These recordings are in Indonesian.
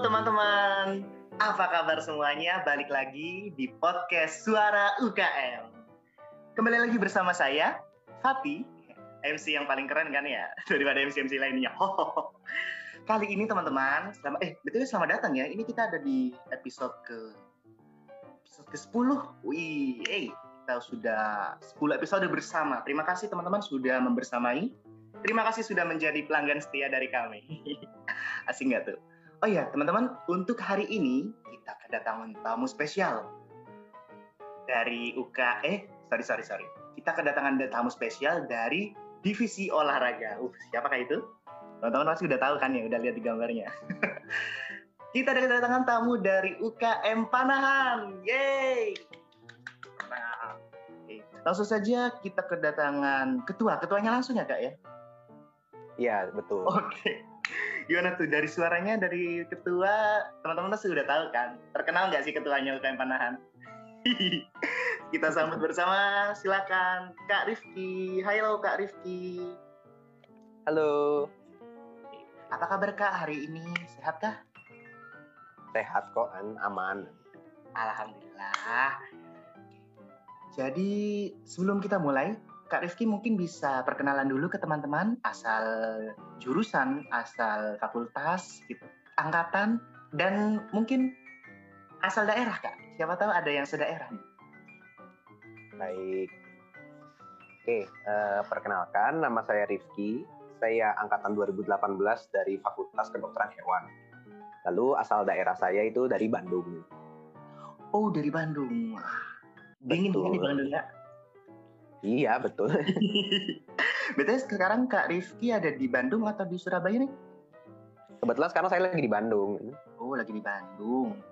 teman-teman, apa kabar semuanya? Balik lagi di podcast Suara UKM. Kembali lagi bersama saya, Fatih, MC yang paling keren kan ya, daripada MC-MC lainnya. Kali ini teman-teman, selamat datang ya. Ini kita ada di episode ke-10. Kita sudah 10 episode bersama. Terima kasih teman-teman sudah membersamai. Terima kasih sudah menjadi pelanggan setia dari kami. Asing nggak tuh? Oh iya, teman-teman, untuk hari ini kita kedatangan tamu spesial dari sorry. Kita kedatangan tamu spesial dari divisi olahraga. Siapakah itu? Teman-teman pasti udah tahu kan ya, udah lihat di gambarnya. Kita ada kedatangan tamu dari UKM Panahan. Yeay! Nah, langsung saja kita kedatangan ketuanya langsung ya Kak ya? Iya, betul. Oke. Gimana tuh dari suaranya dari ketua, teman-teman pasti udah tahu kan? Terkenal nggak sih ketuanya UKM Panahan? Kita sambut bersama, silakan Kak Rifki. Halo Kak Rifki. Halo. Apa kabar Kak hari ini? Sehat kah? Sehat kok, aman. Alhamdulillah. Jadi sebelum kita mulai, Kak Rifki mungkin bisa perkenalan dulu ke teman-teman, asal jurusan, asal fakultas, gitu, angkatan, dan mungkin asal daerah, Kak. Siapa tahu ada yang sedaerah. Baik. Oke, perkenalkan, nama saya Rifki. Saya angkatan 2018 dari Fakultas Kedokteran Hewan. Lalu asal daerah saya itu dari Bandung. Oh, dari Bandung. Dingin kan di Bandung, ya? Iya, betul. Betul, sekarang Kak Rifki ada di Bandung atau di Surabaya nih? Kebetulan sekarang saya lagi di Bandung. Oh, lagi di Bandung.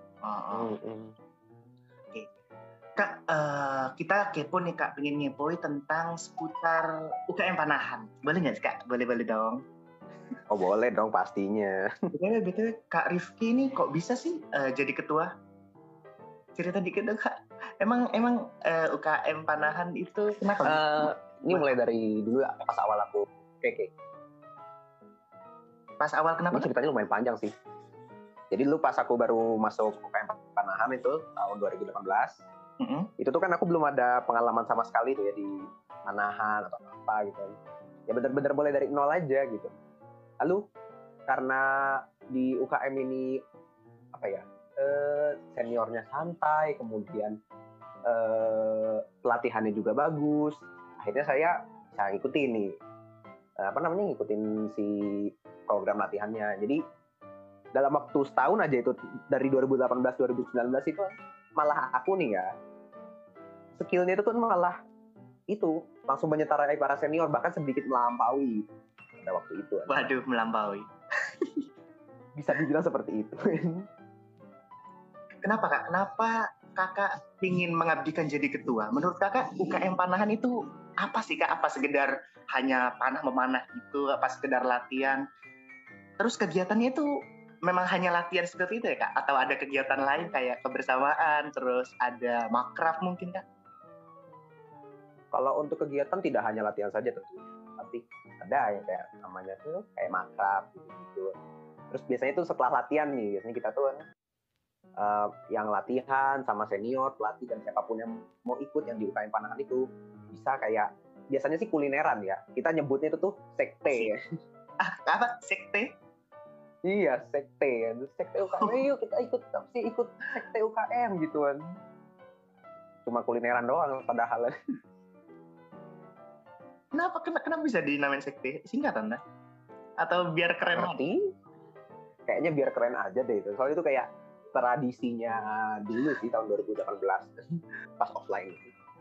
Oke. Kak, kita kepo nih Kak, pengen ngepoin tentang seputar UKM Panahan. Boleh nggak sih Kak? Boleh dong. Oh, boleh dong pastinya. Betul, Kak Rifki ini kok bisa sih jadi ketua? Cerita dikit dong Kak. Emang UKM Panahan itu kenapa? Ini mulai dari dulu pas awal aku KK. Pas awal kenapa? Ini ceritanya lumayan panjang sih. Jadi dulu pas aku baru masuk UKM Panahan itu tahun 2018, itu tuh kan aku belum ada pengalaman sama sekali tuh ya di Panahan atau apa gitu. Ya bener-bener mulai dari nol aja gitu. Lalu karena di UKM ini seniornya santai, kemudian pelatihannya juga bagus, akhirnya saya bisa ngikutin si program latihannya. Jadi dalam waktu setahun aja itu, dari 2018-2019 itu malah aku nih ya, skillnya itu tuh malah itu langsung menyetarai para senior, bahkan sedikit melampaui pada waktu itu. Waduh, melampaui. Bisa dibilang seperti itu. Kenapa Kak? Kenapa Kakak ingin mengabdikan jadi ketua? Menurut Kakak UKM Panahan itu apa sih Kak? Apa sekedar hanya panah memanah gitu? Apa sekedar latihan? Terus kegiatannya itu memang hanya latihan seperti itu ya Kak? Atau ada kegiatan lain kayak kebersamaan, terus ada makraf mungkin Kak? Kalau untuk kegiatan tidak hanya latihan saja tentunya, tapi ada yang kayak namanya tuh kayak makraf gitu. Terus biasanya tuh setelah latihan nih, biasanya kita tuh yang latihan sama senior, pelatih dan siapapun yang mau ikut yang di UKM Panahan itu bisa kayak biasanya sih kulineran ya. Kita nyebutnya itu tuh sekte ya. Apa? Sekte? Iya, sekte. Sekte UKM. Yuk kita ikut sekte UKM gitu kan. Cuma kulineran doang padahal. Kenapa bisa dinamain sekte? Singkatan dah? Atau biar keren aja? Kayaknya biar keren aja deh itu. Soalnya itu kayak tradisinya dulu sih tahun 2018 pas offline.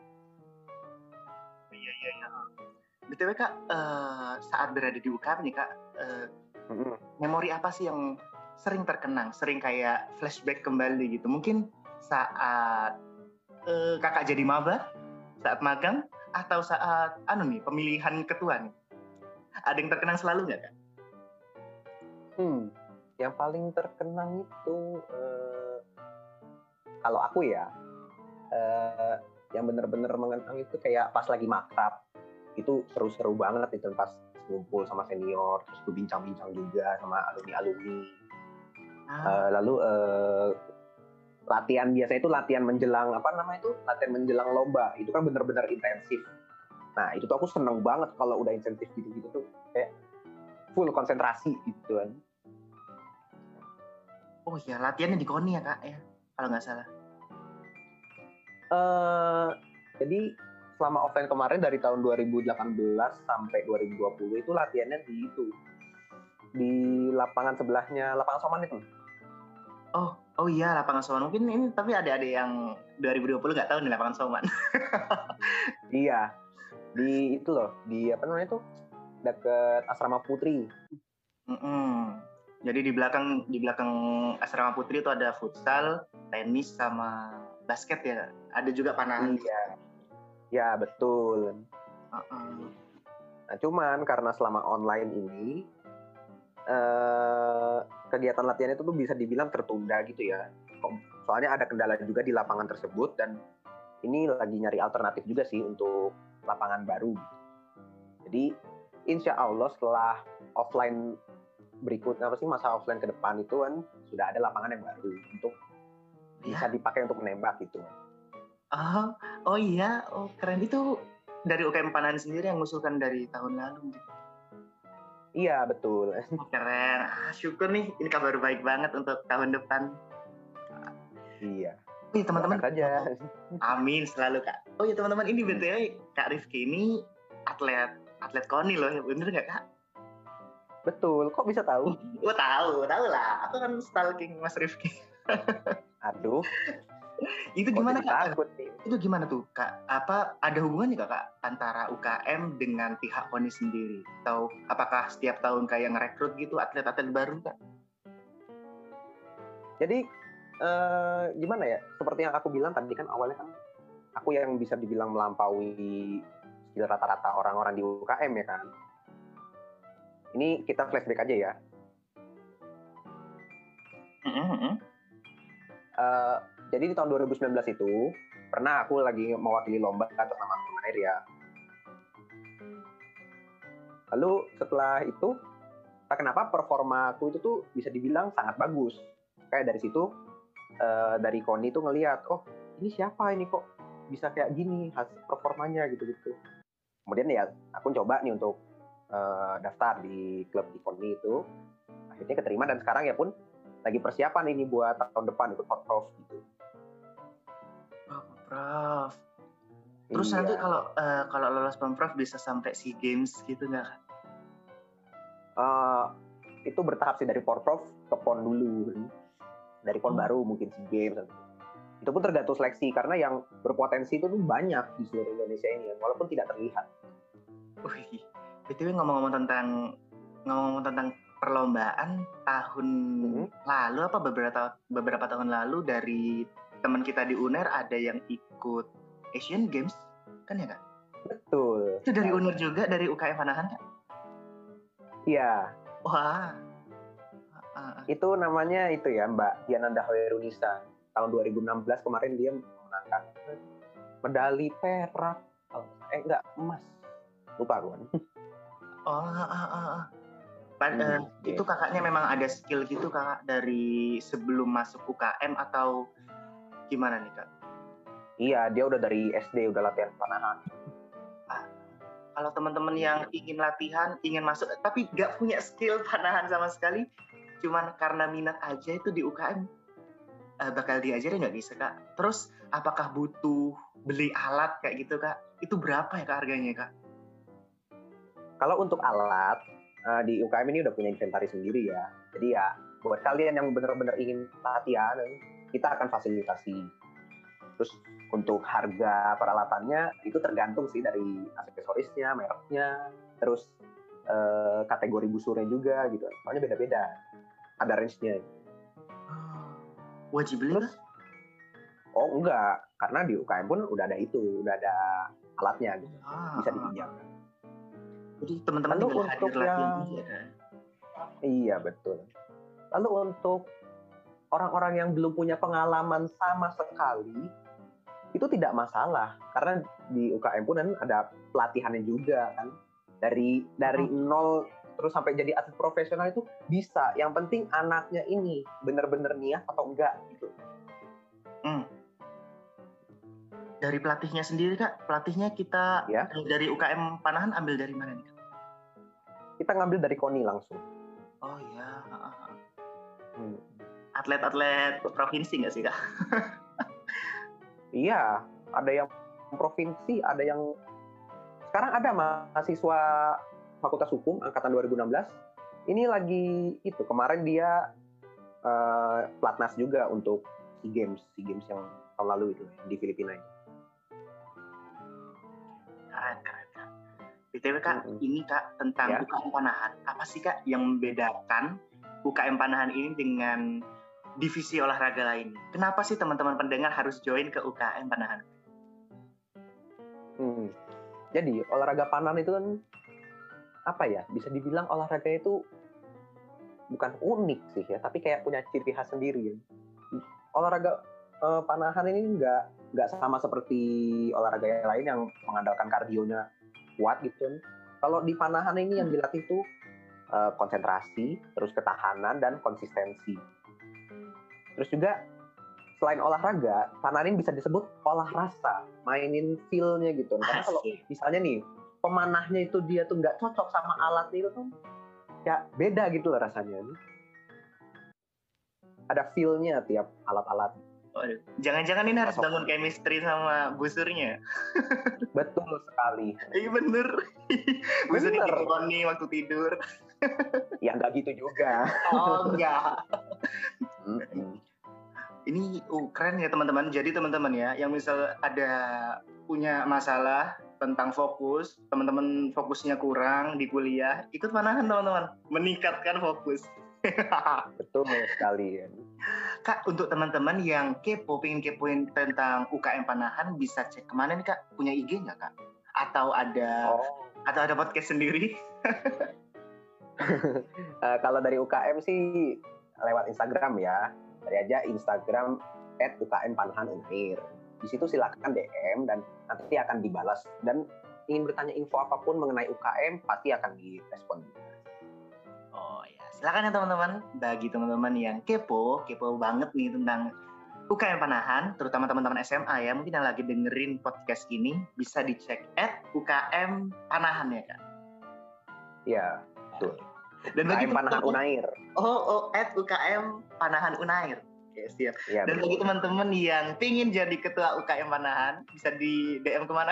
Iya. BTW Kak, saat berada di UKM nih Kak, memori apa sih yang sering terkenang, sering kayak flashback kembali gitu? Mungkin saat Kakak jadi maba, saat magang, atau saat pemilihan ketua nih? Ada yang terkenang selalu nggak Kak? Yang paling terkenang itu kalau aku ya yang benar-benar mengenang itu kayak pas lagi makrab. Itu seru-seru banget itu pas ngumpul sama senior, terus berbincang-bincang juga sama alumni-alumni. Lalu latihan biasanya itu latihan menjelang latihan menjelang lomba. Itu kan benar-benar intensif. Nah, itu tuh aku seneng banget kalau udah intensif gitu-gitu tuh kayak full konsentrasi gitu kan. Oh iya, latihannya di KONI ya Kak ya, kalau nggak salah. Jadi selama offline kemarin dari tahun 2018 sampai 2020 itu latihannya di lapangan sebelahnya lapangan Soman itu. Oh iya, lapangan Soman. Mungkin ini tapi adik-adik yang 2020 nggak tahu nih lapangan Soman. Iya, di itu loh, di apa namanya tuh, deket Asrama Putri. Jadi di belakang Asrama Putri itu ada futsal, tenis sama basket ya. Ada juga panahan. Iya, ya betul. Nah cuman karena selama online ini kegiatan latihan itu tuh bisa dibilang tertunda gitu ya. Soalnya ada kendala juga di lapangan tersebut dan ini lagi nyari alternatif juga sih untuk lapangan baru. Jadi insya Allah setelah offline masa offline ke depan itu kan sudah ada lapangan yang baru untuk bisa dipakai untuk menembak gitu. Oh iya, keren. Itu dari UKM Panahan sendiri yang mengusulkan dari tahun lalu gitu. Iya betul. Keren. Syukur nih, ini kabar baik banget untuk tahun depan. Iya. Iya teman-teman. Saja. Amin selalu Kak. Oh iya teman-teman, ini BTW Kak Rifki ini atlet KONI loh, bener nggak Kak? Betul, kok bisa tahu? Tahu lah. Aku kan stalking Mas Rifki. Aduh. Itu gimana Kak? Takut nih. Itu gimana tuh Kak? Apa ada hubungannya Kak antara UKM dengan pihak KONI sendiri? Atau apakah setiap tahun kayak ngerekrut gitu atlet-atlet baru Kak? Jadi gimana ya? Seperti yang aku bilang tadi kan awalnya kan aku yang bisa dibilang melampaui skill rata-rata orang-orang di UKM ya kan. Ini kita flashback aja ya. Jadi di tahun 2019 itu pernah aku lagi mewakili lomba atas nama Tunair ya. Lalu setelah itu, kenapa performa aku itu tuh bisa dibilang sangat bagus. Kayak dari situ, dari KONI tuh ngelihat, oh ini siapa ini kok bisa kayak gini hasil performanya gitu-gitu. Kemudian ya aku coba nih untuk daftar di klub di KONI itu. Akhirnya keterima dan sekarang ya pun lagi persiapan ini buat tahun depan ikut Porprov gitu. Prof. Terus nanti kalau lolos Pemprov bisa sampai SEA Games gitu nggak? Itu bertahap sih dari Porprov ke PON dulu. Dari PON baru mungkin SEA Games. Itu pun tergantung seleksi karena yang berpotensi itu tuh banyak di seluruh Indonesia ini walaupun tidak terlihat. Wih, BTW ngomong-ngomong tentang perlombaan tahun lalu apa beberapa tahun lalu dari teman kita di UNER ada yang ikut Asian Games kan ya Kak? Betul. Itu dari UNER juga, dari UKM Panahan Kak? Iya. Wah. Itu namanya itu ya Mbak Diananda Hoerunisa. Tahun 2016 kemarin dia memenangkan medali perak. Enggak, emas. Lupa aku kan. Itu kakaknya memang ada skill gitu Kak dari sebelum masuk UKM atau gimana nih Kak? Iya, dia udah dari SD udah latihan panahan. Kalau teman-teman yang ingin latihan, ingin masuk tapi nggak punya skill panahan sama sekali, cuman karena minat aja itu di UKM bakal diajarin nggak bisa Kak? Terus apakah butuh beli alat kayak gitu Kak? Itu berapa ya Kak harganya Kak? Kalau untuk alat di UKM ini udah punya inventaris sendiri ya. Jadi ya buat kalian yang benar-benar ingin latihan, kita akan fasilitasi. Terus untuk harga peralatannya itu tergantung sih dari aksesorisnya, mereknya, terus kategori busurnya juga gitu. Soalnya beda-beda. Ada range-nya. Wajib beli kan? Oh enggak, karena di UKM pun udah ada alatnya gitu. Bisa dipinjam. Jadi teman-teman tinggal hadir latihan aja kan? Iya betul. Lalu untuk orang-orang yang belum punya pengalaman sama sekali, itu tidak masalah. Karena di UKM pun kan ada pelatihannya juga kan. Dari nol terus sampai jadi atlet profesional itu bisa. Yang penting anaknya ini benar-benar niat atau enggak gitu. Dari pelatihnya sendiri Kak, pelatihnya kita Ya. dari UKM Panahan ambil dari mana nih Kak? Kita ngambil dari KONI langsung. Oh iya. Atlet-atlet provinsi nggak sih Kak? Iya, ada yang provinsi, ada yang sekarang ada mahasiswa Fakultas Hukum angkatan 2016. Ini lagi itu kemarin dia pelatnas juga untuk SEA Games yang tahun lalu itu di Filipina itu. Keren Kak. BTW Kak, ini Kak tentang UKM Panahan. Apa sih Kak yang membedakan UKM Panahan ini dengan divisi olahraga lain? Kenapa sih teman-teman pendengar harus join ke UKM Panahan? Jadi olahraga panahan itu kan apa ya? Bisa dibilang olahraga itu bukan unik sih ya, tapi kayak punya ciri khas sendiri. Ya. Olahraga panahan ini nggak sama seperti olahraga yang lain yang mengandalkan kardionya kuat gitu kan. Kalau di panahan ini yang dilatih itu konsentrasi, terus ketahanan dan konsistensi. Terus juga selain olahraga, panahan ini bisa disebut olah rasa, mainin feel-nya gitu. Karena kalau misalnya nih pemanahnya itu dia tuh nggak cocok sama alat itu tuh ya beda gitu loh rasanya. Ada feel-nya tiap alat-alat. Jangan-jangan ini harus bangun chemistry sama busurnya. Betul sekali. Iya bener. Busurnya ditemani waktu tidur. Ya nggak gitu juga. Oh enggak. Ini keren ya teman-teman. Jadi teman-teman ya, yang misal ada punya masalah tentang fokus, teman-teman fokusnya kurang di kuliah, ikut panahan teman-teman, meningkatkan fokus. Betul sekali ya. Kak, untuk teman-teman yang pengen kepoin tentang UKM Panahan, bisa cek kemana nih Kak? Punya IG nggak Kak? Atau ada podcast sendiri? Kalau dari UKM sih lewat Instagram ya. Cari aja Instagram @ukmpanahanunair. Di situ silakan DM dan nanti akan dibalas. Dan ingin bertanya info apapun mengenai UKM pasti akan direspon. Oh ya, silakan ya teman-teman. Bagi teman-teman yang kepo banget nih tentang UKM Panahan, terutama teman-teman SMA ya, mungkin yang lagi dengerin podcast ini bisa dicek @UKM Panahan ya Kak. Iya, betul. Dan bagi Panahan Unair. @UKM Panahan Unair. Oke, siap. Ya, dan bagi teman-teman yang pingin jadi ketua UKM Panahan, bisa di DM kemana?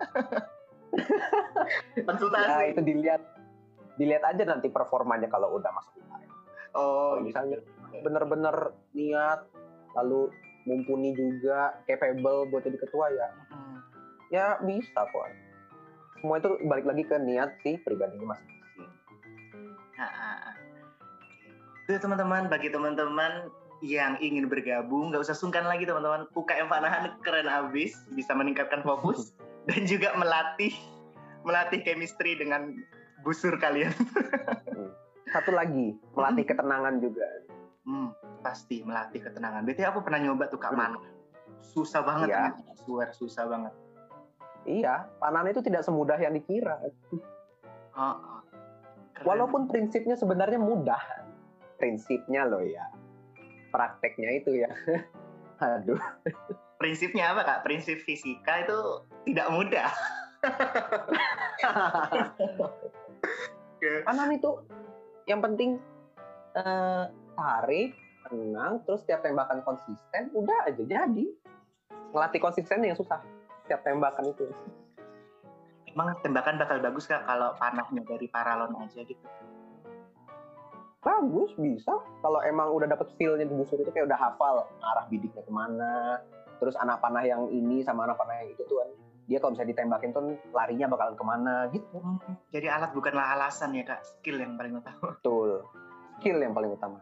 Konsultasi. Ya, itu dilihat aja nanti performanya kalau udah masuk UKM. Oh, misalnya benar-benar niat, lalu mumpuni juga, capable buat jadi ketua ya. Ya bisa kok. Semua itu balik lagi ke niat sih pribadinya masing-masing. Itu teman-teman, bagi teman-teman yang ingin bergabung, nggak usah sungkan lagi teman-teman. UKM Panahan keren abis, bisa meningkatkan fokus dan juga melatih chemistry dengan busur kalian. Satu lagi, melatih ketenangan juga. Pasti melatih ketenangan. Berarti aku pernah nyoba tuh Kak Manu. Susah banget ya. Susah banget. Iya, panahan itu tidak semudah yang dikira. Walaupun prinsipnya sebenarnya mudah. Prinsipnya loh ya. Prakteknya itu ya. Aduh. Prinsipnya apa Kak? Prinsip fisika itu tidak mudah. Panahan itu yang penting tarik, tenang, terus tiap tembakan konsisten, udah aja jadi. Ngelatih konsisten yang susah. Tiap tembakan itu. Emang tembakan bakal bagus Kak kalau panahnya dari paralon aja gitu? Bagus, bisa. Kalau emang udah dapet feel-nya di busur itu kayak udah hafal arah bidiknya kemana, terus anak panah yang ini sama anak panah yang itu tuh kan, dia kalau bisa ditembakin tuh larinya bakalan kemana gitu. Jadi alat bukanlah alasan ya Kak, skill yang paling utama. Betul, skill yang paling utama.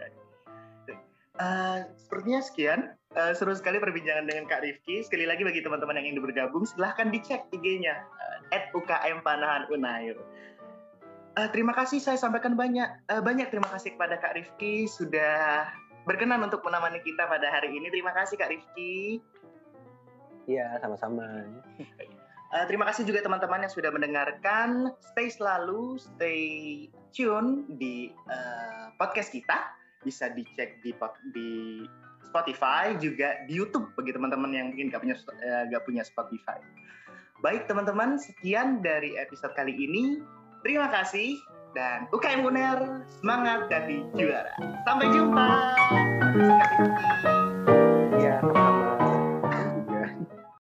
Sepertinya sekian. Seru sekali perbincangan dengan Kak Rifki. Sekali lagi bagi teman-teman yang ingin bergabung, silahkan dicek IG-nya @UKM Panahan Unair. Terima kasih, saya sampaikan banyak terima kasih kepada Kak Rifki sudah berkenan untuk menemani kita pada hari ini. Terima kasih Kak Rifki. Iya, sama-sama. Terima kasih juga teman-teman yang sudah mendengarkan. Stay selalu, stay tune di podcast kita. Bisa dicek di Spotify, juga di YouTube bagi teman-teman yang mungkin nggak punya Spotify. Baik teman-teman, sekian dari episode kali ini. Terima kasih dan UKM UNER semangat jadi juara. Sampai jumpa.